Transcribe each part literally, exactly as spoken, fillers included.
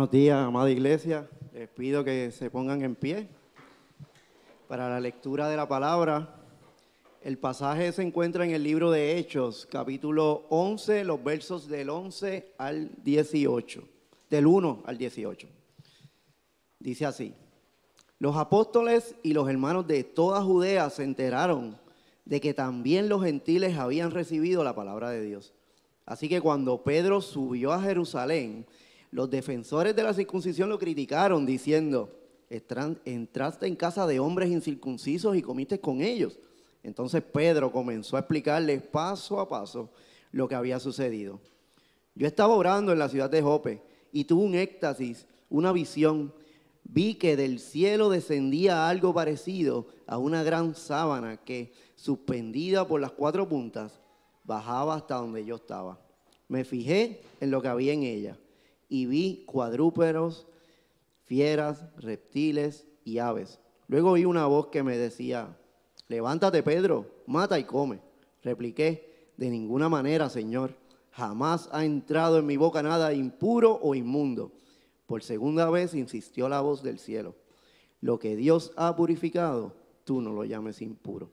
Buenos días, amada iglesia. Les pido que se pongan en pie para la lectura de la palabra. El pasaje se encuentra en el libro de Hechos, capítulo once, los versos del once al dieciocho, del uno al dieciocho. Dice así: los apóstoles y los hermanos de toda Judea se enteraron de que también los gentiles habían recibido la palabra de Dios. Así que cuando Pedro subió a Jerusalén, los defensores de la circuncisión lo criticaron diciendo: entraste en casa de hombres incircuncisos y comiste con ellos. Entonces Pedro comenzó a explicarles paso a paso lo que había sucedido. Yo estaba orando en la ciudad de Jope y tuve un éxtasis, una visión. Vi que del cielo descendía algo parecido a una gran sábana que, suspendida por las cuatro puntas, bajaba hasta donde yo estaba. Me fijé en lo que había en ella y vi cuadrúpedos, fieras, reptiles y aves. Luego oí una voz que me decía: levántate, Pedro, mata y come. Repliqué: de ninguna manera, Señor, jamás ha entrado en mi boca nada impuro o inmundo. Por segunda vez insistió la voz del cielo: lo que Dios ha purificado, tú no lo llames impuro.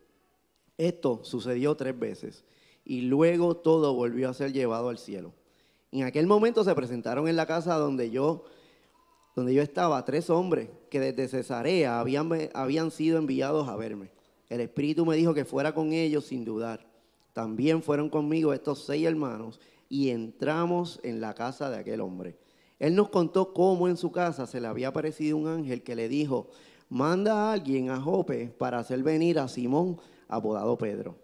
Esto sucedió tres veces y luego todo volvió a ser llevado al cielo. En aquel momento se presentaron en la casa donde yo, donde yo estaba tres hombres que desde Cesarea habían, habían sido enviados a verme. El Espíritu me dijo que fuera con ellos sin dudar. También fueron conmigo estos seis hermanos y entramos en la casa de aquel hombre. Él nos contó cómo en su casa se le había aparecido un ángel que le dijo: manda a alguien a Jope para hacer venir a Simón, apodado Pedro.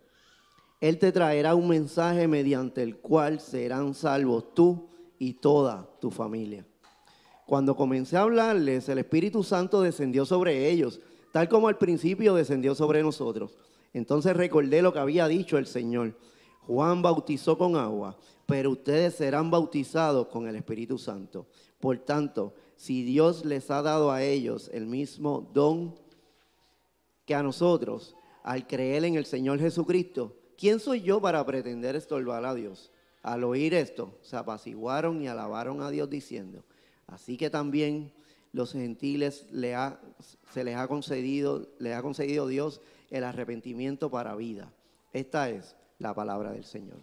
Él te traerá un mensaje mediante el cual serán salvos tú y toda tu familia. Cuando comencé a hablarles, el Espíritu Santo descendió sobre ellos, tal como al principio descendió sobre nosotros. Entonces recordé lo que había dicho el Señor: Juan bautizó con agua, pero ustedes serán bautizados con el Espíritu Santo. Por tanto, si Dios les ha dado a ellos el mismo don que a nosotros, al creer en el Señor Jesucristo, ¿quién soy yo para pretender estorbar a Dios? Al oír esto, se apaciguaron y alabaron a Dios diciendo: así que también los gentiles le ha, se les ha concedido, les ha concedido Dios el arrepentimiento para vida. Esta es la palabra del Señor.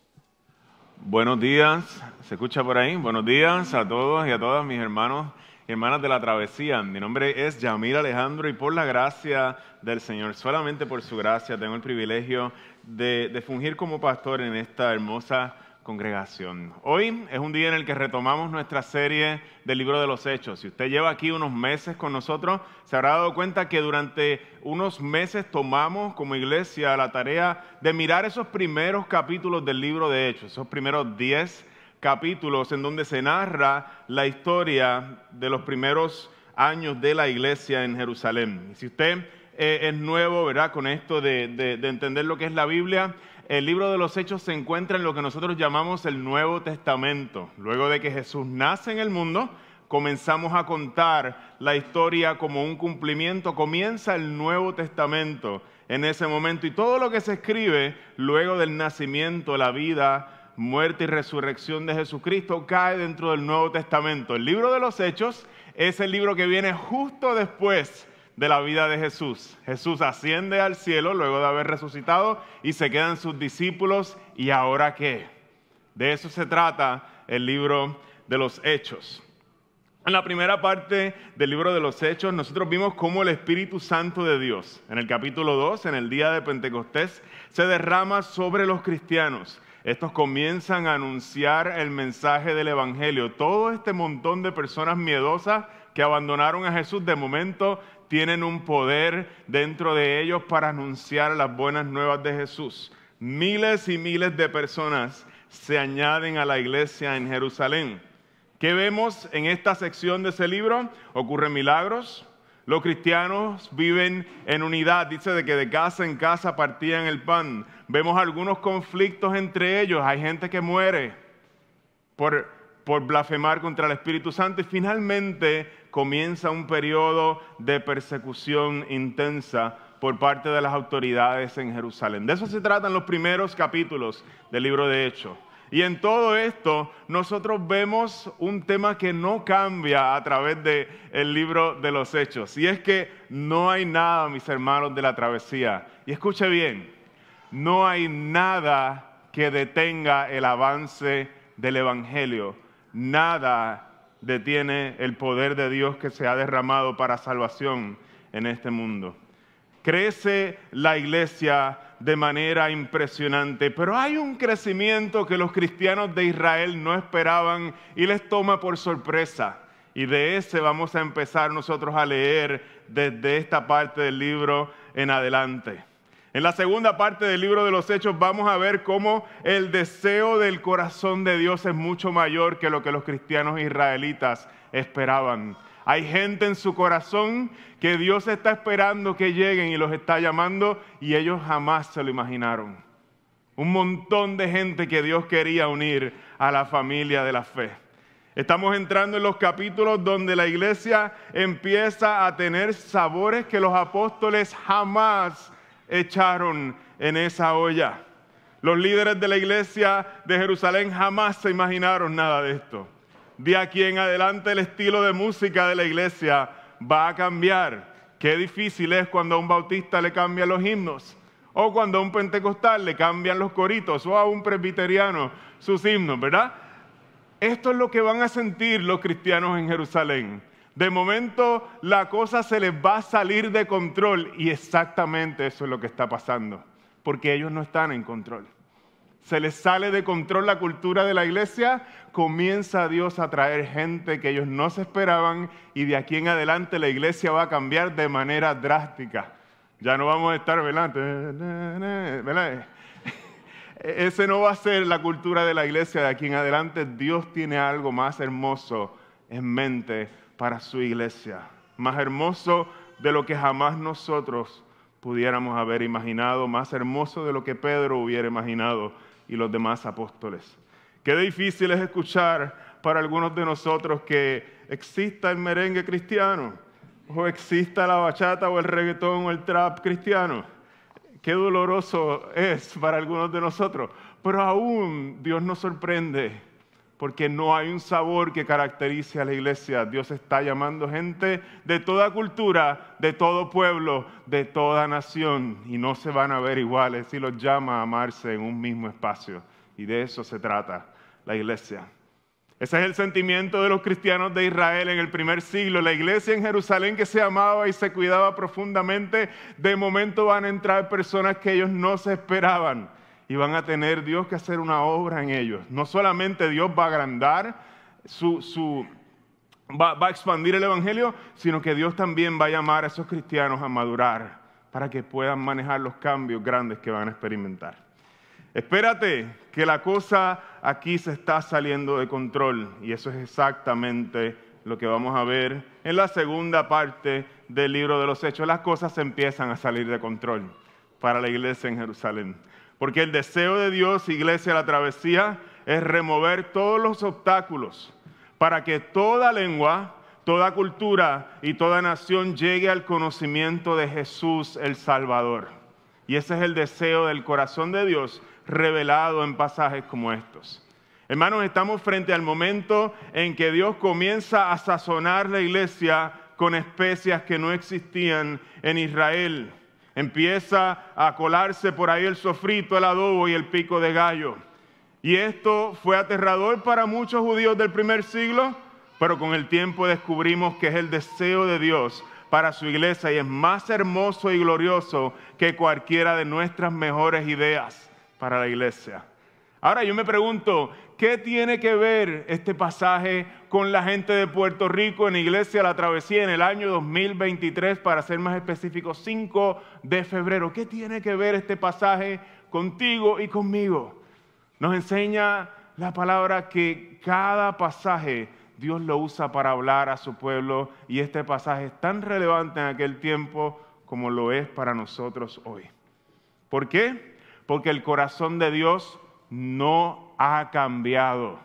Buenos días, ¿se escucha por ahí? Buenos días a todos y a todas mis hermanos y hermanas de la travesía. Mi nombre es Yamil Alejandro y por la gracia del Señor, solamente por su gracia, tengo el privilegio de, de fungir como pastor en esta hermosa congregación. Hoy es un día en el que retomamos nuestra serie del libro de los Hechos. Si usted lleva aquí unos meses con nosotros, se habrá dado cuenta que durante unos meses tomamos como iglesia la tarea de mirar esos primeros capítulos del libro de Hechos, esos primeros diez capítulos en donde se narra la historia de los primeros años de la iglesia en Jerusalén. Y si usted eh, es nuevo, ¿verdad?, con esto de, de, de entender lo que es la Biblia, el libro de los Hechos se encuentra en lo que nosotros llamamos el Nuevo Testamento. Luego de que Jesús nace en el mundo, comenzamos a contar la historia como un cumplimiento. Comienza el Nuevo Testamento en ese momento y todo lo que se escribe luego del nacimiento, la vida, muerte y resurrección de Jesucristo cae dentro del Nuevo Testamento. El libro de los Hechos es el libro que viene justo después de la vida de Jesús. Jesús asciende al cielo luego de haber resucitado y se quedan sus discípulos. ¿Y ahora qué? De eso se trata el libro de los Hechos. En la primera parte del libro de los Hechos, nosotros vimos cómo el Espíritu Santo de Dios, en el capítulo dos, en el día de Pentecostés, se derrama sobre los cristianos. Estos comienzan a anunciar el mensaje del Evangelio. Todo este montón de personas miedosas que abandonaron a Jesús, de momento tienen un poder dentro de ellos para anunciar las buenas nuevas de Jesús. Miles y miles de personas se añaden a la iglesia en Jerusalén. ¿Qué vemos en esta sección de ese libro? Ocurren milagros. Los cristianos viven en unidad. Dice de que de casa en casa partían el pan. Vemos algunos conflictos entre ellos. Hay gente que muere por, por blasfemar contra el Espíritu Santo. Y finalmente comienza un periodo de persecución intensa por parte de las autoridades en Jerusalén. De eso se tratan los primeros capítulos del libro de Hechos. Y en todo esto, nosotros vemos un tema que no cambia a través del libro de los Hechos. Y es que no hay nada, mis hermanos, de la travesía. Y escuche bien, no hay nada que detenga el avance del Evangelio. Nada detiene el poder de Dios que se ha derramado para salvación en este mundo. Crece la iglesia de manera impresionante, pero hay un crecimiento que los cristianos de Israel no esperaban y les toma por sorpresa. Y de ese vamos a empezar nosotros a leer desde esta parte del libro en adelante. En la segunda parte del libro de los Hechos vamos a ver cómo el deseo del corazón de Dios es mucho mayor que lo que los cristianos israelitas esperaban. Hay gente en su corazón que Dios está esperando que lleguen y los está llamando y ellos jamás se lo imaginaron. Un montón de gente que Dios quería unir a la familia de la fe. Estamos entrando en los capítulos donde la iglesia empieza a tener sabores que los apóstoles jamás echaron en esa olla. Los líderes de la iglesia de Jerusalén jamás se imaginaron nada de esto. De aquí en adelante el estilo de música de la iglesia va a cambiar. Qué difícil es cuando a un bautista le cambian los himnos, o cuando a un pentecostal le cambian los coritos, o a un presbiteriano sus himnos, ¿verdad? Esto es lo que van a sentir los cristianos en Jerusalén. De momento la cosa se les va a salir de control y exactamente eso es lo que está pasando, porque ellos no están en control. Se les sale de control la cultura de la iglesia, comienza Dios a traer gente que ellos no se esperaban y de aquí en adelante la iglesia va a cambiar de manera drástica. Ya no vamos a estar, ¿verdad? ¿verdad? Ese no va a ser la cultura de la iglesia de aquí en adelante. Dios tiene algo más hermoso en mente para su iglesia, más hermoso de lo que jamás nosotros pudiéramos haber imaginado, más hermoso de lo que Pedro hubiera imaginado y los demás apóstoles. Qué difícil es escuchar para algunos de nosotros que exista el merengue cristiano, o exista la bachata o el reggaetón o el trap cristiano. Qué doloroso es para algunos de nosotros, pero aún Dios nos sorprende porque no hay un sabor que caracterice a la iglesia. Dios está llamando gente de toda cultura, de todo pueblo, de toda nación, y no se van a ver iguales y los llama a amarse en un mismo espacio. Y de eso se trata la iglesia. Ese es el sentimiento de los cristianos de Israel en el primer siglo. La iglesia en Jerusalén que se amaba y se cuidaba profundamente, de momento van a entrar personas que ellos no se esperaban. Y van a tener Dios que hacer una obra en ellos. No solamente Dios va a agrandar, su, su, va, va a expandir el evangelio, sino que Dios también va a llamar a esos cristianos a madurar para que puedan manejar los cambios grandes que van a experimentar. Espérate, que la cosa aquí se está saliendo de control y eso es exactamente lo que vamos a ver en la segunda parte del libro de los Hechos. Las cosas empiezan a salir de control para la iglesia en Jerusalén. Porque el deseo de Dios, iglesia, la travesía, es remover todos los obstáculos para que toda lengua, toda cultura y toda nación llegue al conocimiento de Jesús el Salvador. Y ese es el deseo del corazón de Dios revelado en pasajes como estos. Hermanos, estamos frente al momento en que Dios comienza a sazonar la iglesia con especias que no existían en Israel. Empieza a colarse por ahí el sofrito, el adobo y el pico de gallo. Y esto fue aterrador para muchos judíos del primer siglo, pero con el tiempo descubrimos que es el deseo de Dios para su iglesia y es más hermoso y glorioso que cualquiera de nuestras mejores ideas para la iglesia. Ahora yo me pregunto, ¿qué tiene que ver este pasaje con la gente de Puerto Rico en Iglesia La Travesía en el año dos mil veintitrés, para ser más específico, cinco de febrero? ¿Qué tiene que ver este pasaje contigo y conmigo? Nos enseña la palabra que cada pasaje Dios lo usa para hablar a su pueblo y este pasaje es tan relevante en aquel tiempo como lo es para nosotros hoy. ¿Por qué? Porque el corazón de Dios no ha cambiado.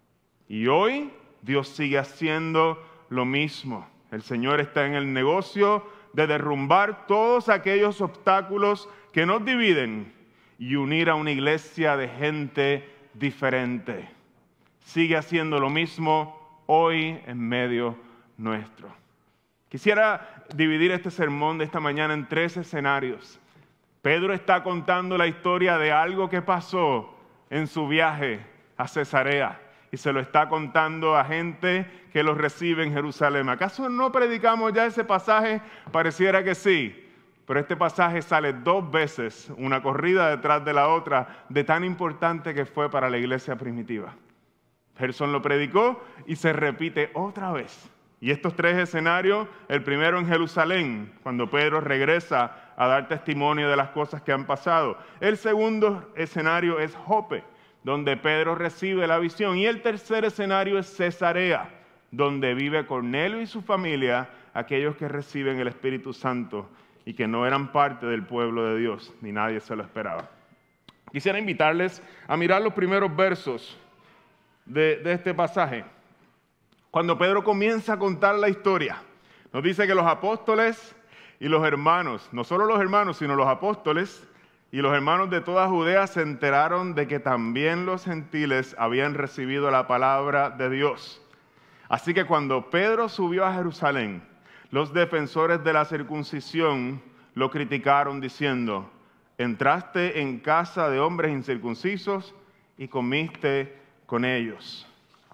Y hoy Dios sigue haciendo lo mismo. El Señor está en el negocio de derrumbar todos aquellos obstáculos que nos dividen y unir a una iglesia de gente diferente. Sigue haciendo lo mismo hoy en medio nuestro. Quisiera dividir este sermón de esta mañana en tres escenarios. Pedro está contando la historia de algo que pasó en su viaje a Cesarea y se lo está contando a gente que lo recibe en Jerusalén. ¿Acaso no predicamos ya ese pasaje? Pareciera que sí, pero este pasaje sale dos veces, una corrida detrás de la otra, de tan importante que fue para la iglesia primitiva. Gerson lo predicó y se repite otra vez. Y estos tres escenarios, el primero en Jerusalén, cuando Pedro regresa a dar testimonio de las cosas que han pasado. El segundo escenario es Jope, donde Pedro recibe la visión. Y el tercer escenario es Cesarea, donde vive Cornelio y su familia, aquellos que reciben el Espíritu Santo y que no eran parte del pueblo de Dios, ni nadie se lo esperaba. Quisiera invitarles a mirar los primeros versos de, de este pasaje. Cuando Pedro comienza a contar la historia, nos dice que los apóstoles y los hermanos, no solo los hermanos, sino los apóstoles y los hermanos de toda Judea se enteraron de que también los gentiles habían recibido la palabra de Dios. Así que cuando Pedro subió a Jerusalén, los defensores de la circuncisión lo criticaron diciendo: entraste en casa de hombres incircuncisos y comiste con ellos.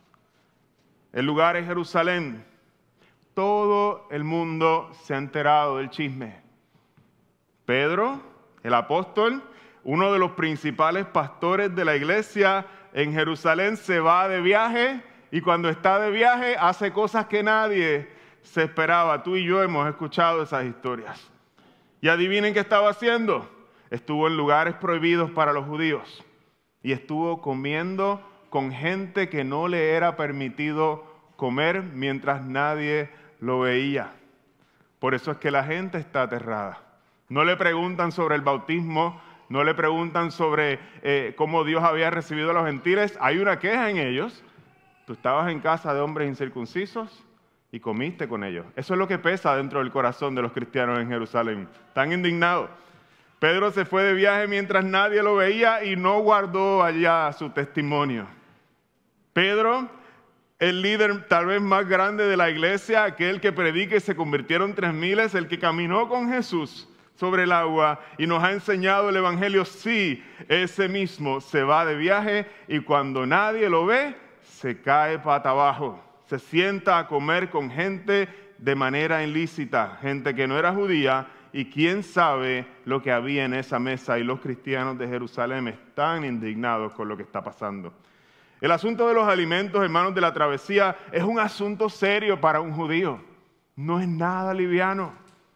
El lugar es Jerusalén. Todo el mundo se ha enterado del chisme. Pedro, el apóstol, uno de los principales pastores de la iglesia en Jerusalén, se va de viaje y cuando está de viaje hace cosas que nadie se esperaba. Tú y yo hemos escuchado esas historias. Y adivinen qué estaba haciendo. Estuvo en lugares prohibidos para los judíos y estuvo comiendo con gente que no le era permitido comer mientras nadie lo veía. Por eso es que la gente está aterrada. No le preguntan sobre el bautismo, no le preguntan sobre eh, cómo Dios había recibido a los gentiles. Hay una queja en ellos. Tú estabas en casa de hombres incircuncisos y comiste con ellos. Eso es lo que pesa dentro del corazón de los cristianos en Jerusalén. Están indignados. Pedro se fue de viaje mientras nadie lo veía y no guardó allá su testimonio. Pedro, el líder tal vez más grande de la iglesia, aquel que predica y se convirtieron tres miles, el que caminó con Jesús sobre el agua y nos ha enseñado el evangelio, sí, ese mismo se va de viaje y cuando nadie lo ve, se cae pata abajo. Se sienta a comer con gente de manera ilícita, gente que no era judía, y quién sabe lo que había en esa mesa, y los cristianos de Jerusalén están indignados con lo que está pasando. El asunto de los alimentos, hermanos de la travesía, es un asunto serio para un judío. No es nada liviano.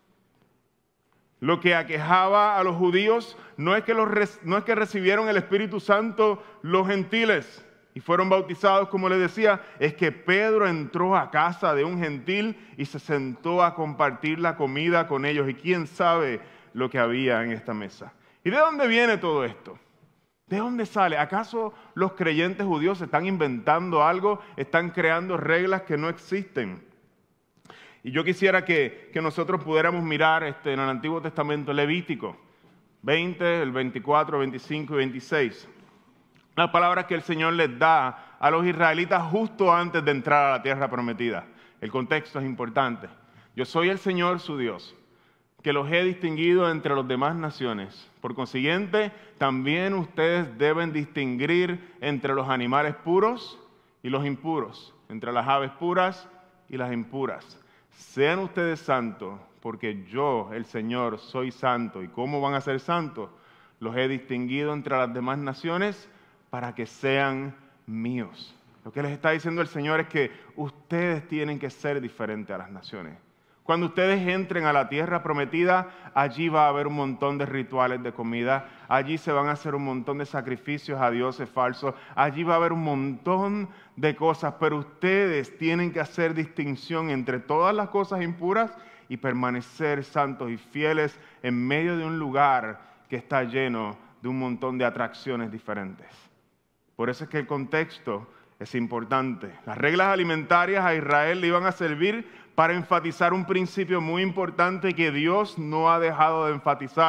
Lo que aquejaba a los judíos no es que, los, no es que recibieron el Espíritu Santo los gentiles y fueron bautizados, como les decía, es que Pedro entró a casa de un gentil y se sentó a compartir la comida con ellos. Y quién sabe lo que había en esta mesa. ¿Y de dónde viene todo esto? ¿De dónde sale? ¿Acaso los creyentes judíos están inventando algo? ¿Están creando reglas que no existen? Y yo quisiera que, que nosotros pudiéramos mirar este, en el Antiguo Testamento, Levítico veinte, el veinticuatro, veinticinco y veintiséis. Las palabras que el Señor les da a los israelitas justo antes de entrar a la tierra prometida. El contexto es importante. Yo soy el Señor su Dios, que los he distinguido entre las demás naciones. Por consiguiente, también ustedes deben distinguir entre los animales puros y los impuros, entre las aves puras y las impuras. Sean ustedes santos, porque yo, el Señor, soy santo. ¿Y cómo van a ser santos? Los he distinguido entre las demás naciones para que sean míos. Lo que les está diciendo el Señor es que ustedes tienen que ser diferentes a las naciones. Cuando ustedes entren a la tierra prometida, allí va a haber un montón de rituales de comida, allí se van a hacer un montón de sacrificios a dioses falsos, allí va a haber un montón de cosas, pero ustedes tienen que hacer distinción entre todas las cosas impuras y permanecer santos y fieles en medio de un lugar que está lleno de un montón de atracciones diferentes. Por eso es que el contexto es importante. Las reglas alimentarias a Israel le iban a servir para enfatizar un principio muy importante que Dios no ha dejado de enfatizar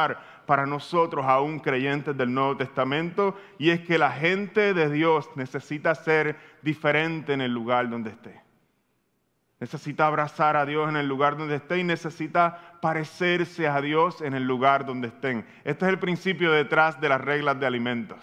para nosotros, aún creyentes del Nuevo Testamento, y es que la gente de Dios necesita ser diferente en el lugar donde esté. Necesita abrazar a Dios en el lugar donde esté y necesita parecerse a Dios en el lugar donde estén. Este es el principio detrás de las reglas de alimentos.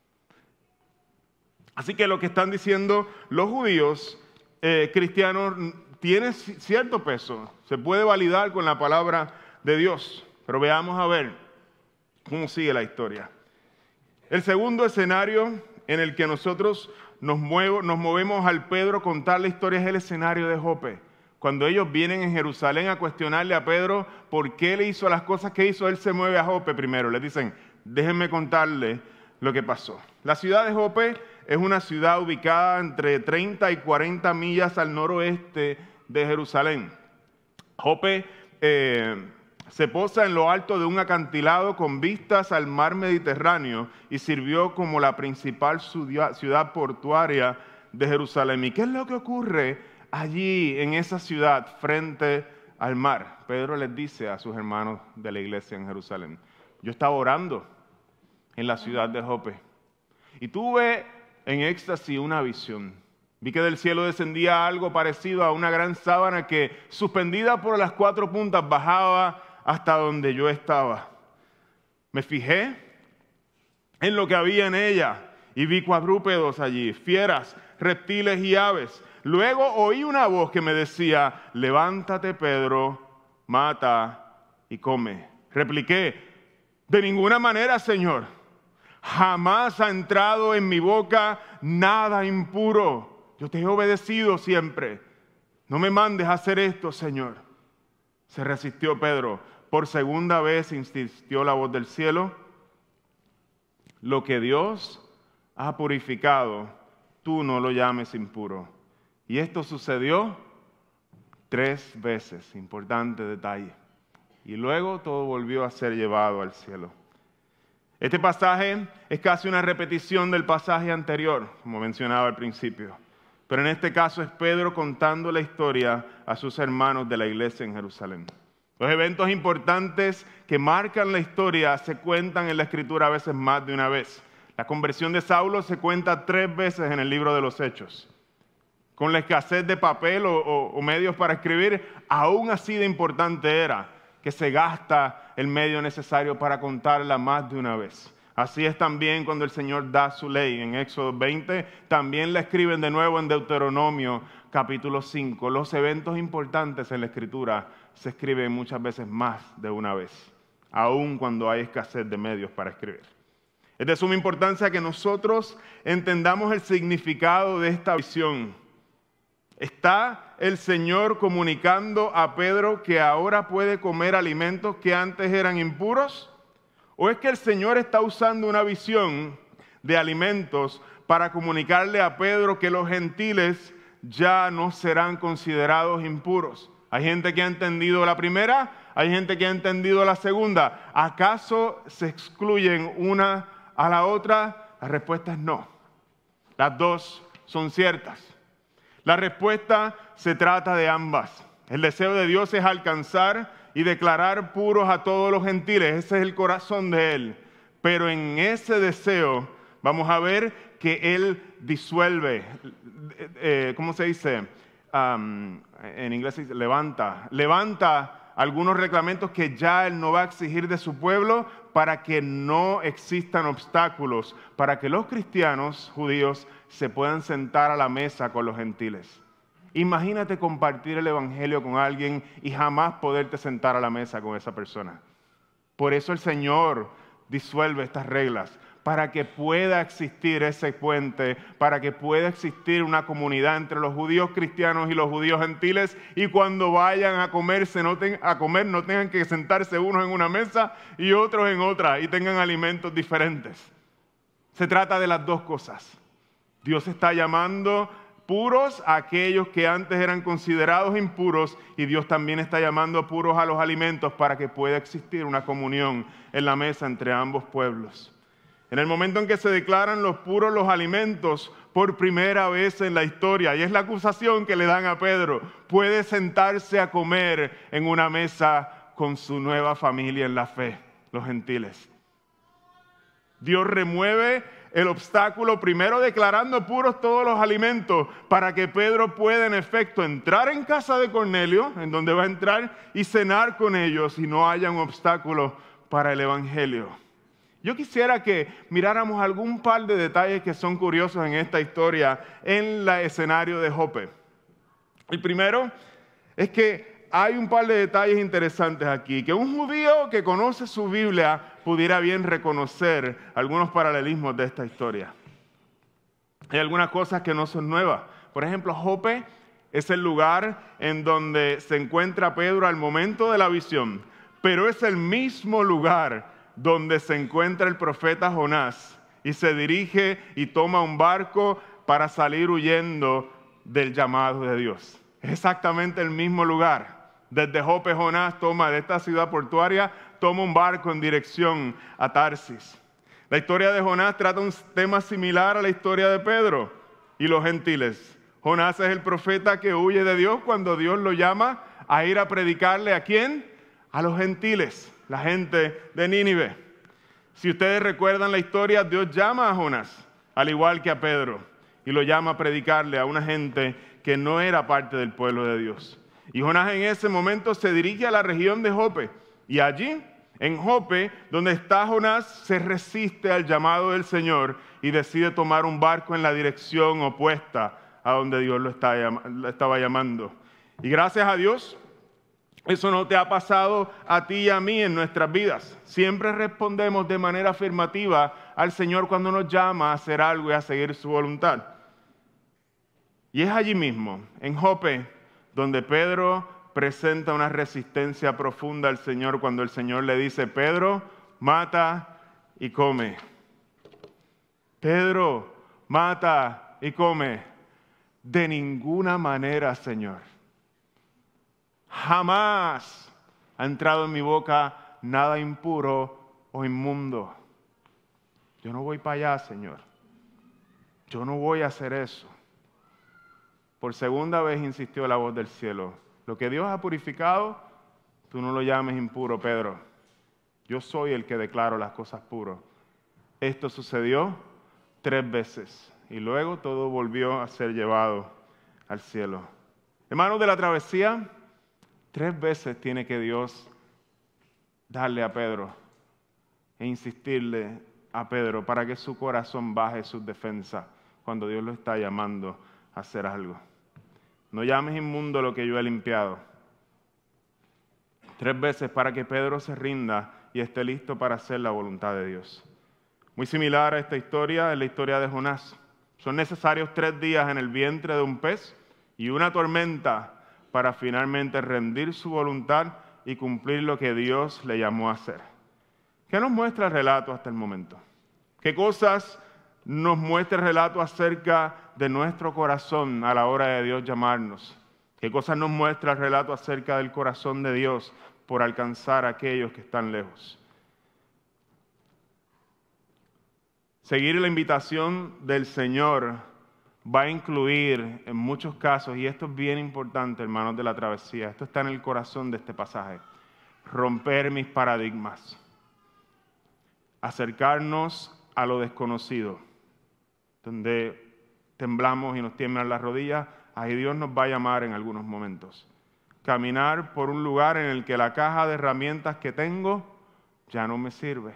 Así que lo que están diciendo los judíos eh, cristianos tiene cierto peso. Se puede validar con la palabra de Dios. Pero veamos a ver cómo sigue la historia. El segundo escenario en el que nosotros nos, muevo, nos movemos al Pedro contar la historia es el escenario de Jope. Cuando ellos vienen en Jerusalén a cuestionarle a Pedro por qué le hizo las cosas que hizo, él se mueve a Jope primero. Le dicen, déjenme contarle lo que pasó. La ciudad de Jope es una ciudad ubicada entre treinta y cuarenta millas al noroeste de Jerusalén. Jope eh, se posa en lo alto de un acantilado con vistas al mar Mediterráneo y sirvió como la principal ciudad portuaria de Jerusalén. ¿Y qué es lo que ocurre allí en esa ciudad frente al mar? Pedro les dice a sus hermanos de la iglesia en Jerusalén, yo estaba orando en la ciudad de Jope y tuve en éxtasis una visión. Vi que del cielo descendía algo parecido a una gran sábana que, suspendida por las cuatro puntas, bajaba hasta donde yo estaba. Me fijé en lo que había en ella y vi cuadrúpedos allí, fieras, reptiles y aves. Luego oí una voz que me decía, levántate, Pedro, mata y come. Repliqué, de ninguna manera, Señor. Jamás ha entrado en mi boca nada impuro. Yo te he obedecido siempre. No me mandes a hacer esto, Señor. Se resistió Pedro. Por segunda vez insistió la voz del cielo. Lo que Dios ha purificado, tú no lo llames impuro. Y esto sucedió tres veces. Importante detalle. Y luego todo volvió a ser llevado al cielo. Este pasaje es casi una repetición del pasaje anterior, como mencionaba al principio. Pero en este caso es Pedro contando la historia a sus hermanos de la iglesia en Jerusalén. Los eventos importantes que marcan la historia se cuentan en la Escritura a veces más de una vez. La conversión de Saulo se cuenta tres veces en el libro de los Hechos. Con la escasez de papel o, o, o medios para escribir, aún así de importante era que se gasta el medio necesario para contarla más de una vez. Así es también cuando el Señor da su ley en Éxodo veinte, también la escriben de nuevo en Deuteronomio capítulo cinco. Los eventos importantes en la Escritura se escriben muchas veces más de una vez, aun cuando hay escasez de medios para escribir. Es de suma importancia que nosotros entendamos el significado de esta visión. ¿Está el Señor comunicando a Pedro que ahora puede comer alimentos que antes eran impuros? ¿O es que el Señor está usando una visión de alimentos para comunicarle a Pedro que los gentiles ya no serán considerados impuros? Hay gente que ha entendido la primera, hay gente que ha entendido la segunda. ¿Acaso se excluyen una a la otra? La respuesta es no. Las dos son ciertas. La respuesta se trata de ambas. El deseo de Dios es alcanzar y declarar puros a todos los gentiles. Ese es el corazón de Él. Pero en ese deseo vamos a ver que Él disuelve, eh, ¿cómo se dice? Um, en inglés se dice levanta. Levanta algunos reglamentos que ya Él no va a exigir de su pueblo para que no existan obstáculos, para que los cristianos judíos se puedan sentar a la mesa con los gentiles. Imagínate compartir el evangelio con alguien y jamás poderte sentar a la mesa con esa persona. Por eso el Señor disuelve estas reglas, para que pueda existir ese puente, para que pueda existir una comunidad entre los judíos cristianos y los judíos gentiles, y cuando vayan a comerse, no ten, a comer no tengan que sentarse unos en una mesa y otros en otra, y tengan alimentos diferentes. Se trata de las dos cosas. Dios está llamando puros a aquellos que antes eran considerados impuros, y Dios también está llamando puros a los alimentos para que pueda existir una comunión en la mesa entre ambos pueblos. En el momento en que se declaran los puros los alimentos por primera vez en la historia, y es la acusación que le dan a Pedro, puede sentarse a comer en una mesa con su nueva familia en la fe. los gentiles. Dios remueve el obstáculo, primero declarando puros todos los alimentos para que Pedro pueda en efecto entrar en casa de Cornelio, en donde va a entrar y cenar con ellos y no haya un obstáculo para el evangelio. Yo quisiera que miráramos algún par de detalles que son curiosos en esta historia en el escenario de Jope. El primero es que hay un par de detalles interesantes aquí, que un judío que conoce su Biblia pudiera bien reconocer algunos paralelismos de esta historia. Hay algunas cosas que no son nuevas. Por ejemplo, Jope es el lugar en donde se encuentra Pedro al momento de la visión, pero es el mismo lugar donde se encuentra el profeta Jonás y se dirige y toma un barco para salir huyendo del llamado de Dios. Es exactamente el mismo lugar. Desde Jope, Jonás toma de esta ciudad portuaria, toma un barco en dirección a Tarsis. La historia de Jonás trata un tema similar a la historia de Pedro y los gentiles. Jonás es el profeta que huye de Dios cuando Dios lo llama a ir a predicarle ¿a quién? A los gentiles, la gente de Nínive. Si ustedes recuerdan la historia, Dios llama a Jonás, al igual que a Pedro, y lo llama a predicarle a una gente que no era parte del pueblo de Dios. Y Jonás en ese momento se dirige a la región de Jope. Y allí, en Jope, donde está Jonás, se resiste al llamado del Señor y decide tomar un barco en la dirección opuesta a donde Dios lo estaba llamando. Y gracias a Dios, eso no te ha pasado a ti y a mí en nuestras vidas. Siempre respondemos de manera afirmativa al Señor cuando nos llama a hacer algo y a seguir su voluntad. Y es allí mismo, en Jope, donde Pedro presenta una resistencia profunda al Señor cuando el Señor le dice: Pedro, mata y come. Pedro, mata y come. De ninguna manera, Señor. Jamás ha entrado en mi boca nada impuro o inmundo. Yo no voy para allá, Señor. Yo no voy a hacer eso. Por segunda vez insistió la voz del cielo: lo que Dios ha purificado, tú no lo llames impuro, Pedro. Yo soy el que declaro las cosas puras. Esto sucedió tres veces y luego todo volvió a ser llevado al cielo. Hermanos de la travesía, tres veces tiene que Dios darle a Pedro e insistirle a Pedro para que su corazón baje sus defensas cuando Dios lo está llamando a hacer algo. No llames inmundo lo que yo he limpiado. Tres veces para que Pedro se rinda y esté listo para hacer la voluntad de Dios. Muy similar a esta historia es la historia de Jonás. Son necesarios tres días en el vientre de un pez y una tormenta para finalmente rendir su voluntad y cumplir lo que Dios le llamó a hacer. ¿Qué nos muestra el relato hasta el momento? ¿Qué cosas nos muestra el relato acerca de nuestro corazón a la hora de Dios llamarnos? ¿Qué cosas nos muestra el relato acerca del corazón de Dios por alcanzar a aquellos que están lejos? Seguir la invitación del Señor va a incluir en muchos casos, y esto es bien importante, hermanos de la travesía, esto está en el corazón de este pasaje, romper mis paradigmas, acercarnos a lo desconocido, donde temblamos y nos tiemblan las rodillas, ahí Dios nos va a llamar en algunos momentos. Caminar por un lugar en el que la caja de herramientas que tengo ya no me sirve.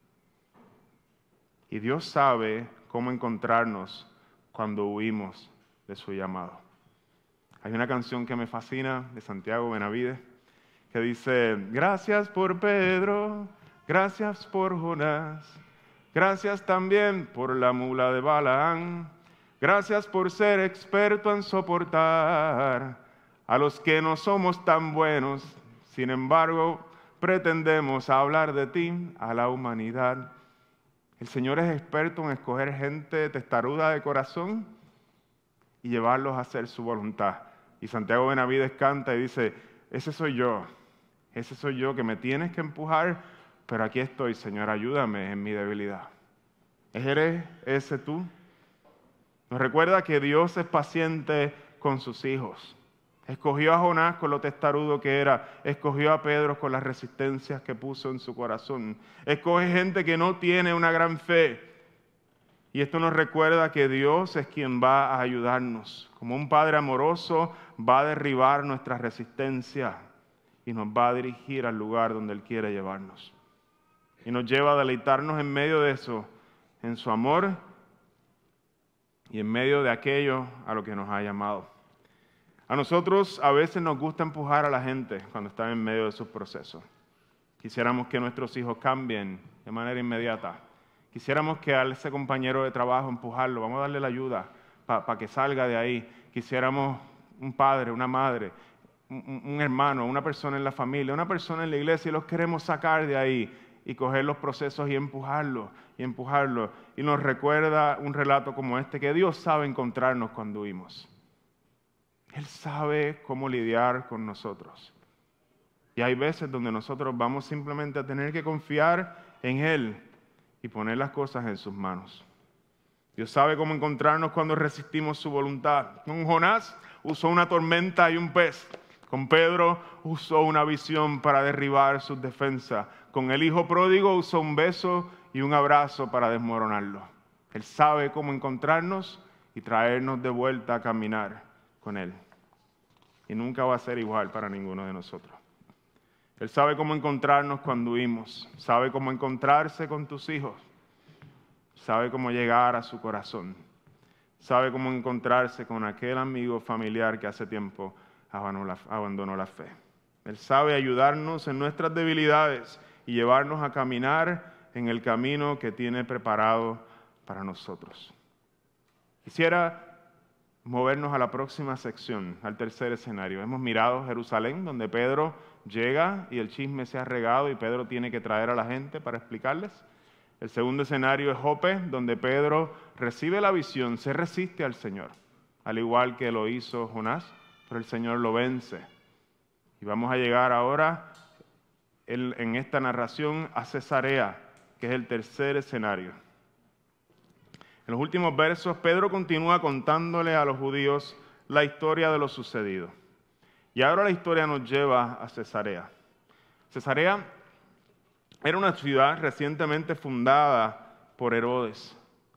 Y Dios sabe cómo encontrarnos cuando huimos de su llamado. Hay una canción que me fascina de Santiago Benavides que dice: gracias por Pedro, gracias por Jonás, gracias también por la mula de Balaán, gracias por ser experto en soportar a los que no somos tan buenos, sin embargo pretendemos hablar de ti a la humanidad. El Señor es experto en escoger gente testaruda de corazón y llevarlos a hacer su voluntad. Y Santiago Benavides canta y dice: ese soy yo, ese soy yo que me tienes que empujar, pero aquí estoy, Señor, ayúdame en mi debilidad. ¿Eres ese tú? Nos recuerda que Dios es paciente con sus hijos. Escogió a Jonás con lo testarudo que era. Escogió a Pedro con las resistencias que puso en su corazón. Escoge gente que no tiene una gran fe. Y esto nos recuerda que Dios es quien va a ayudarnos. Como un Padre amoroso va a derribar nuestra resistencia y nos va a dirigir al lugar donde Él quiere llevarnos. Y nos lleva a deleitarnos en medio de eso, en su amor y en medio de aquello a lo que nos ha llamado. A nosotros a veces nos gusta empujar a la gente cuando están en medio de sus procesos. Quisiéramos que nuestros hijos cambien de manera inmediata. Quisiéramos que a ese compañero de trabajo empujarlo, vamos a darle la ayuda para pa que salga de ahí. Quisiéramos un padre, una madre, un, un hermano, una persona en la familia, una persona en la iglesia y los queremos sacar de ahí y coger los procesos y empujarlos y empujarlos. Y nos recuerda un relato como este, que Dios sabe encontrarnos cuando huimos. Él sabe cómo lidiar con nosotros. Y hay veces donde nosotros vamos simplemente a tener que confiar en Él y poner las cosas en sus manos. Dios sabe cómo encontrarnos cuando resistimos su voluntad. Con Jonás usó una tormenta y un pez. Con Pedro usó una visión para derribar sus defensas. Con el hijo pródigo usó un beso y un abrazo para desmoronarlo. Él sabe cómo encontrarnos y traernos de vuelta a caminar con Él. Y nunca va a ser igual para ninguno de nosotros. Él sabe cómo encontrarnos cuando huimos. Sabe cómo encontrarse con tus hijos. Sabe cómo llegar a su corazón. Sabe cómo encontrarse con aquel amigo familiar que hace tiempo abandonó la, abandonó la fe. Él sabe ayudarnos en nuestras debilidades y llevarnos a caminar en el camino que tiene preparado para nosotros. Quisiera movernos a la próxima sección, al tercer escenario. Hemos mirado Jerusalén, donde Pedro llega y el chisme se ha regado y Pedro tiene que traer a la gente para explicarles. El segundo escenario es Jope, donde Pedro recibe la visión, se resiste al Señor, al igual que lo hizo Jonás, pero el Señor lo vence. Y vamos a llegar ahora en, en esta narración a Cesarea, que es el tercer escenario. En los últimos versos, Pedro continúa contándole a los judíos la historia de lo sucedido. Y ahora la historia nos lleva a Cesarea. Cesarea era una ciudad recientemente fundada por Herodes.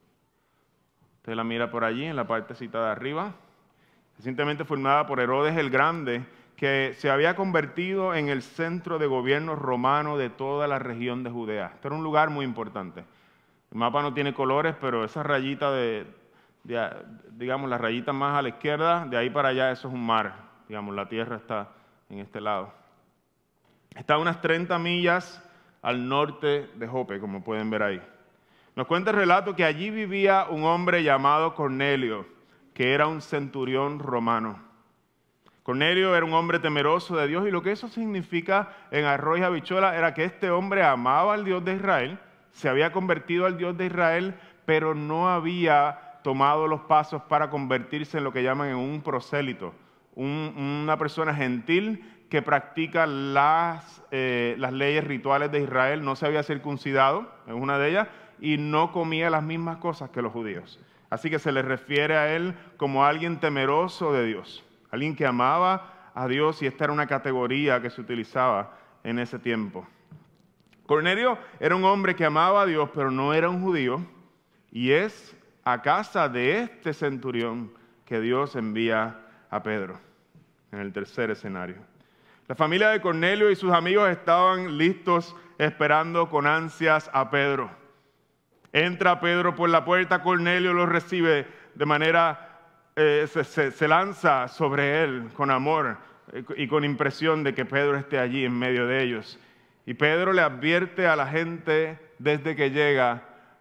Usted la mira por allí, en la partecita de arriba. Recientemente fundada por Herodes el Grande, que se había convertido en el centro de gobierno romano de toda la región de Judea. Este era un lugar muy importante. El mapa no tiene colores, pero esa rayita de, de, digamos, la rayita más a la izquierda, de ahí para allá, eso es un mar. Digamos, la tierra está en este lado. Está a unas treinta millas al norte de Jope, como pueden ver ahí. Nos cuenta el relato que allí vivía un hombre llamado Cornelio, que era un centurión romano. Cornelio era un hombre temeroso de Dios, y lo que eso significa en arroz y habichuela era que este hombre amaba al Dios de Israel, se había convertido al Dios de Israel, pero no había tomado los pasos para convertirse en lo que llaman en un prosélito, un, una persona gentil que practica las, eh, las leyes rituales de Israel. No se había circuncidado, es una de ellas, y no comía las mismas cosas que los judíos. Así que se le refiere a él como alguien temeroso de Dios, alguien que amaba a Dios, y esta era una categoría que se utilizaba en ese tiempo. Cornelio era un hombre que amaba a Dios, pero no era un judío, y es a casa de este centurión que Dios envía a Pedro, en el tercer escenario. La familia de Cornelio y sus amigos estaban listos, esperando con ansias a Pedro. Entra Pedro por la puerta, Cornelio lo recibe de manera, eh, se, se, se lanza sobre él con amor eh, y con impresión de que Pedro esté allí en medio de ellos. Y Pedro le advierte a la gente desde que llega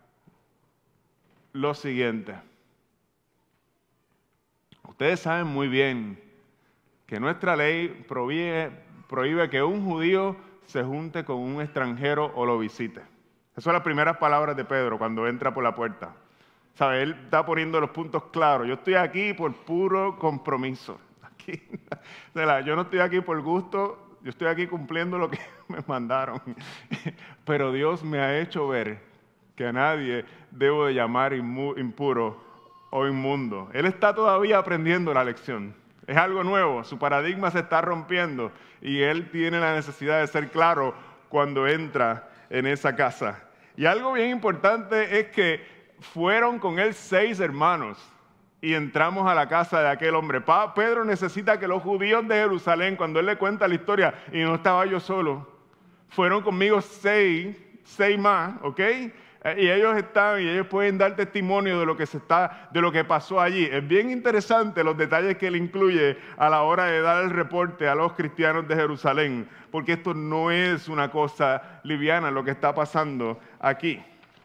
lo siguiente. Ustedes saben muy bien que nuestra ley prohíbe, prohíbe que un judío se junte con un extranjero o lo visite. Esas son las primeras palabras de Pedro cuando entra por la puerta. ¿Sabe? Él está poniendo los puntos claros. Yo estoy aquí por puro compromiso. Aquí, yo no estoy aquí por gusto, yo estoy aquí cumpliendo lo que me mandaron. Pero Dios me ha hecho ver que a nadie debo de llamar impuro o inmundo. Él está todavía aprendiendo la lección. Es algo nuevo, su paradigma se está rompiendo y él tiene la necesidad de ser claro cuando entra en esa casa. Y algo bien importante es que fueron con él seis hermanos y entramos a la casa de aquel hombre. Pa- Pedro necesita que los judíos de Jerusalén, cuando él le cuenta la historia, y no estaba yo solo, fueron conmigo seis, seis más, ¿ok? Y ellos están y ellos pueden dar testimonio de lo que se está, de lo que pasó allí. Es bien interesante los detalles que él incluye a la hora de dar el reporte a los cristianos de Jerusalén, porque esto no es una cosa liviana lo que está pasando aquí.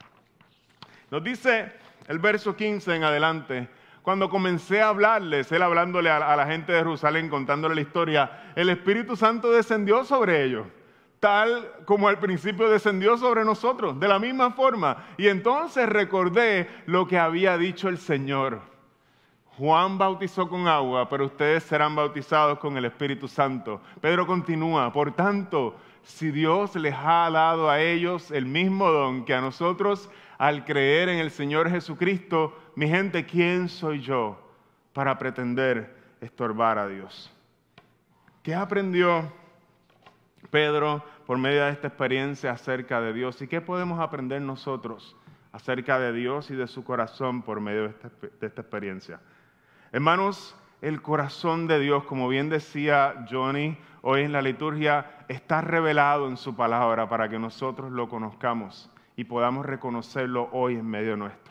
Nos dice el verso quince en adelante: cuando comencé a hablarles, él hablándole a, a la gente de Jerusalén, contándole la historia, el Espíritu Santo descendió sobre ellos, tal como al principio descendió sobre nosotros, de la misma forma. Y entonces recordé lo que había dicho el Señor. Juan bautizó con agua, pero ustedes serán bautizados con el Espíritu Santo. Pedro continúa: por tanto, si Dios les ha dado a ellos el mismo don que a nosotros al creer en el Señor Jesucristo, mi gente, ¿quién soy yo para pretender estorbar a Dios? ¿Qué aprendió Pedro por medio de esta experiencia acerca de Dios? ¿Y qué podemos aprender nosotros acerca de Dios y de su corazón por medio de esta, de esta experiencia? Hermanos, el corazón de Dios, como bien decía Johnny hoy en la liturgia, está revelado en su palabra para que nosotros lo conozcamos y podamos reconocerlo hoy en medio nuestro.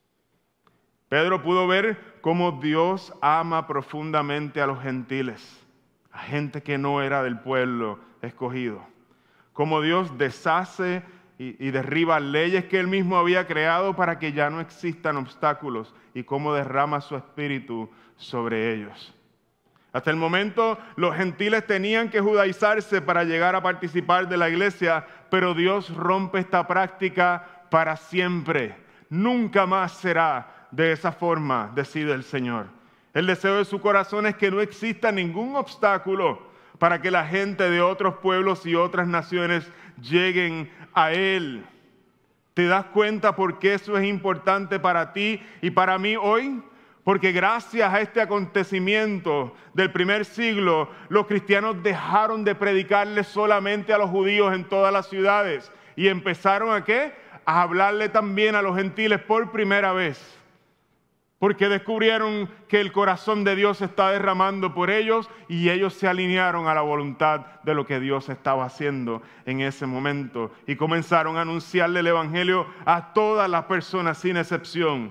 Pedro pudo ver cómo Dios ama profundamente a los gentiles, a gente que no era del pueblo escogido. Cómo Dios deshace y, y derriba leyes que Él mismo había creado para que ya no existan obstáculos, y cómo derrama su espíritu sobre ellos. Hasta el momento los gentiles tenían que judaizarse para llegar a participar de la iglesia, pero Dios rompe esta práctica para siempre. Nunca más será de esa forma, decide el Señor. El deseo de su corazón es que no exista ningún obstáculo para que la gente de otros pueblos y otras naciones lleguen a Él. ¿Te das cuenta por qué eso es importante para ti y para mí hoy? Porque gracias a este acontecimiento del primer siglo, los cristianos dejaron de predicarle solamente a los judíos en todas las ciudades y empezaron a ¿qué? A hablarle también a los gentiles por primera vez. Porque descubrieron que el corazón de Dios se está derramando por ellos y ellos se alinearon a la voluntad de lo que Dios estaba haciendo en ese momento. Y comenzaron a anunciarle el Evangelio a todas las personas sin excepción,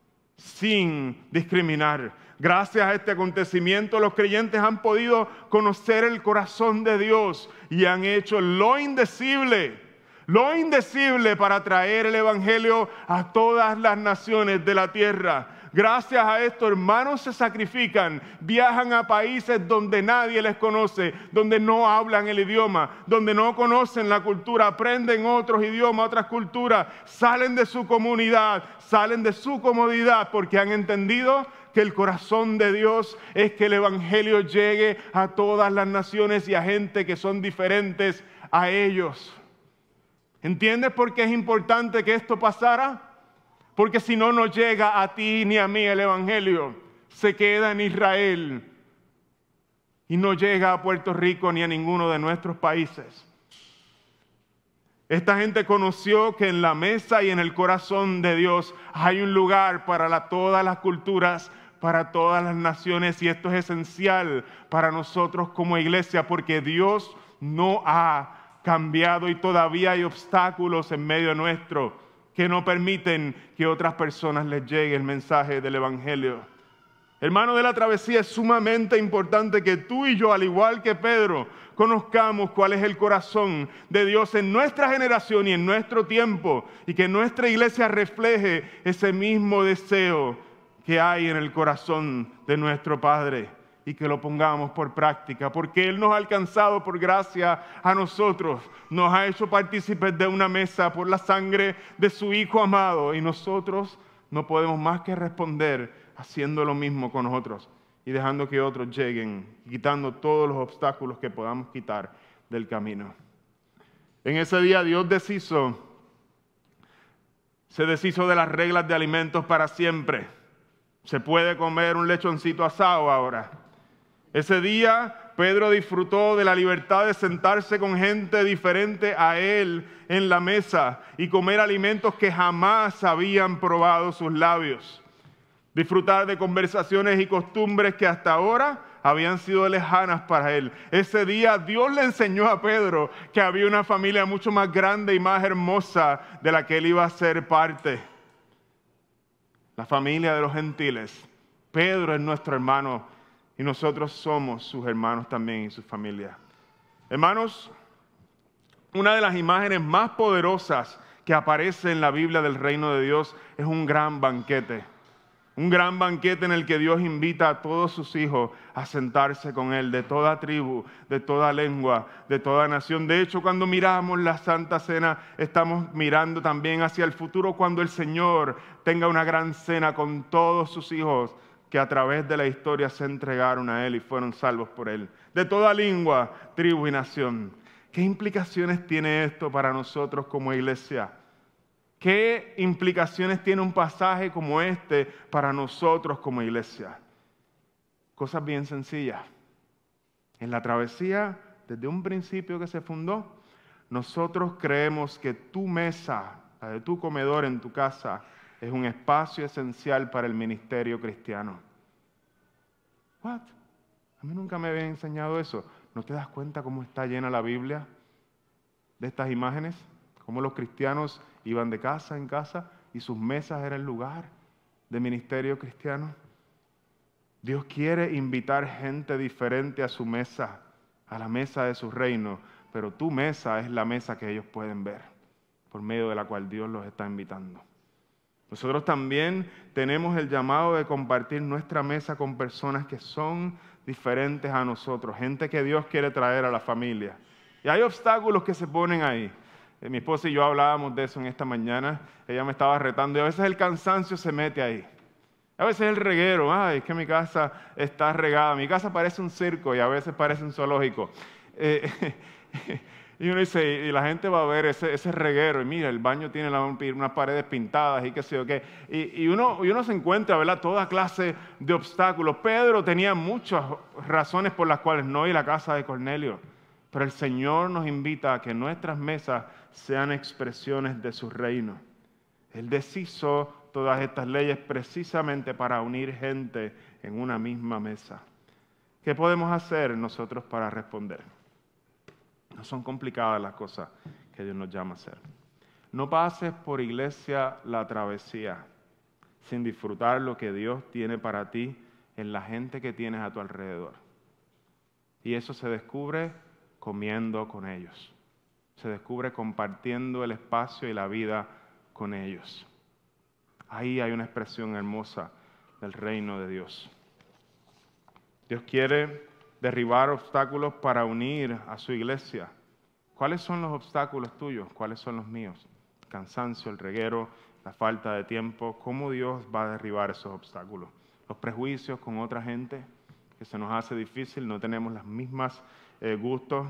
sin discriminar. Gracias a este acontecimiento los creyentes han podido conocer el corazón de Dios y han hecho lo indecible, lo indecible para traer el Evangelio a todas las naciones de la tierra. Gracias a esto, hermanos se sacrifican, viajan a países donde nadie les conoce, donde no hablan el idioma, donde no conocen la cultura, aprenden otros idiomas, otras culturas, salen de su comunidad, salen de su comodidad, porque han entendido que el corazón de Dios es que el Evangelio llegue a todas las naciones y a gente que son diferentes a ellos. ¿Entiendes por qué es importante que esto pasara? Porque si no, no llega a ti ni a mí el Evangelio. Se queda en Israel y no llega a Puerto Rico ni a ninguno de nuestros países. Esta gente conoció que en la mesa y en el corazón de Dios hay un lugar para la, todas las culturas, para todas las naciones, y esto es esencial para nosotros como iglesia, porque Dios no ha cambiado y todavía hay obstáculos en medio nuestro que no permiten que otras personas les llegue el mensaje del Evangelio. Hermano de la travesía, es sumamente importante que tú y yo, al igual que Pedro, conozcamos cuál es el corazón de Dios en nuestra generación y en nuestro tiempo, y que nuestra iglesia refleje ese mismo deseo que hay en el corazón de nuestro Padre, y que lo pongamos por práctica, porque Él nos ha alcanzado por gracia a nosotros, nos ha hecho partícipes de una mesa por la sangre de su Hijo amado, y nosotros no podemos más que responder haciendo lo mismo con nosotros y dejando que otros lleguen, quitando todos los obstáculos que podamos quitar del camino. En ese día Dios deshizo, se deshizo de las reglas de alimentos para siempre. Se puede comer un lechoncito asado ahora. Ese día Pedro disfrutó de la libertad de sentarse con gente diferente a él en la mesa y comer alimentos que jamás habían probado sus labios. Disfrutar de conversaciones y costumbres que hasta ahora habían sido lejanas para él. Ese día Dios le enseñó a Pedro que había una familia mucho más grande y más hermosa de la que él iba a ser parte. La familia de los gentiles. Pedro es nuestro hermano y nosotros somos sus hermanos también y su familia. Hermanos, una de las imágenes más poderosas que aparece en la Biblia del reino de Dios es un gran banquete. Un gran banquete en el que Dios invita a todos sus hijos a sentarse con Él, de toda tribu, de toda lengua, de toda nación. De hecho, cuando miramos la Santa Cena, estamos mirando también hacia el futuro, cuando el Señor tenga una gran cena con todos sus hijos que a través de la historia se entregaron a Él y fueron salvos por Él. De toda lengua, tribu y nación. ¿Qué implicaciones tiene esto para nosotros como iglesia? ¿Qué implicaciones tiene un pasaje como este para nosotros como iglesia? Cosas bien sencillas. En la travesía, desde un principio que se fundó, nosotros creemos que tu mesa, la de tu comedor en tu casa, es un espacio esencial para el ministerio cristiano. ¿What? A mí nunca me habían enseñado eso. ¿No te das cuenta cómo está llena la Biblia de estas imágenes? Cómo los cristianos iban de casa en casa y sus mesas eran el lugar de ministerio cristiano. Dios quiere invitar gente diferente a su mesa, a la mesa de su reino, pero tu mesa es la mesa que ellos pueden ver, por medio de la cual Dios los está invitando. Nosotros también tenemos el llamado de compartir nuestra mesa con personas que son diferentes a nosotros, gente que Dios quiere traer a la familia. Y hay obstáculos que se ponen ahí. Mi esposa y yo hablábamos de eso en esta mañana. Ella me estaba retando y a veces el cansancio se mete ahí. A veces el reguero. Ay, es que mi casa está regada. Mi casa parece un circo y a veces parece un zoológico. Eh, y uno dice, y la gente va a ver ese, ese reguero. Y mira, el baño tiene la, unas paredes pintadas y qué sé yo qué. Y, y, uno, y uno se encuentra, ¿verdad?, toda clase de obstáculos. Pedro tenía muchas razones por las cuales no ir a la casa de Cornelio. Pero el Señor nos invita a que nuestras mesas sean expresiones de su reino. Él deshizo todas estas leyes precisamente para unir gente en una misma mesa. ¿Qué podemos hacer nosotros para responder? No son complicadas las cosas que Dios nos llama a hacer. No pases por iglesia la travesía sin disfrutar lo que Dios tiene para ti en la gente que tienes a tu alrededor. Y eso se descubre comiendo con ellos. Se descubre compartiendo el espacio y la vida con ellos. Ahí hay una expresión hermosa del reino de Dios. Dios quiere derribar obstáculos para unir a su iglesia. ¿Cuáles son los obstáculos tuyos? ¿Cuáles son los míos? El cansancio, el reguero, la falta de tiempo. ¿Cómo Dios va a derribar esos obstáculos? Los prejuicios con otra gente, que se nos hace difícil, no tenemos las mismas eh, gustos.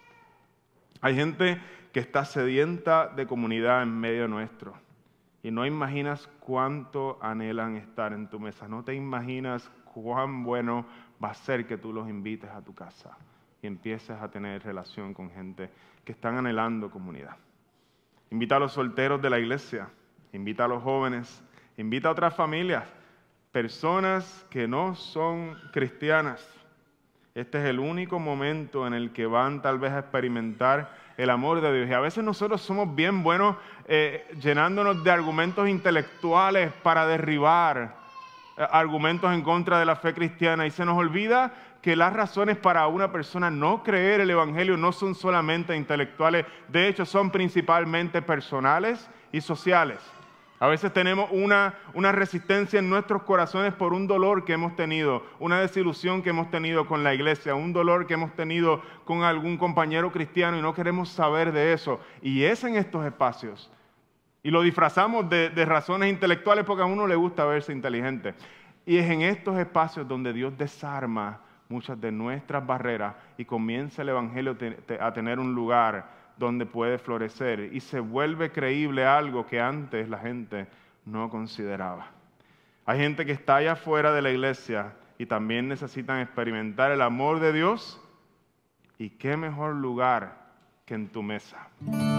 Hay gente que está sedienta de comunidad en medio nuestro y no imaginas cuánto anhelan estar en tu mesa. No te imaginas cuán bueno va a ser que tú los invites a tu casa y empieces a tener relación con gente que están anhelando comunidad. Invita a los solteros de la iglesia, invita a los jóvenes, invita a otras familias, personas que no son cristianas. Este es el único momento en el que van tal vez a experimentar el amor de Dios. Y a veces nosotros somos bien buenos eh, llenándonos de argumentos intelectuales para derribar eh, argumentos en contra de la fe cristiana. Y se nos olvida que las razones para una persona no creer el Evangelio no son solamente intelectuales. De hecho, son principalmente personales y sociales. A veces tenemos una, una resistencia en nuestros corazones por un dolor que hemos tenido, una desilusión que hemos tenido con la iglesia, un dolor que hemos tenido con algún compañero cristiano y no queremos saber de eso. Y es en estos espacios. Y lo disfrazamos de, de razones intelectuales porque a uno le gusta verse inteligente. Y es en estos espacios donde Dios desarma muchas de nuestras barreras y comienza el Evangelio te, te, a tener un lugar donde puede florecer y se vuelve creíble algo que antes la gente no consideraba. Hay gente que está allá afuera de la iglesia y también necesitan experimentar el amor de Dios. ¿Y qué mejor lugar que en tu mesa?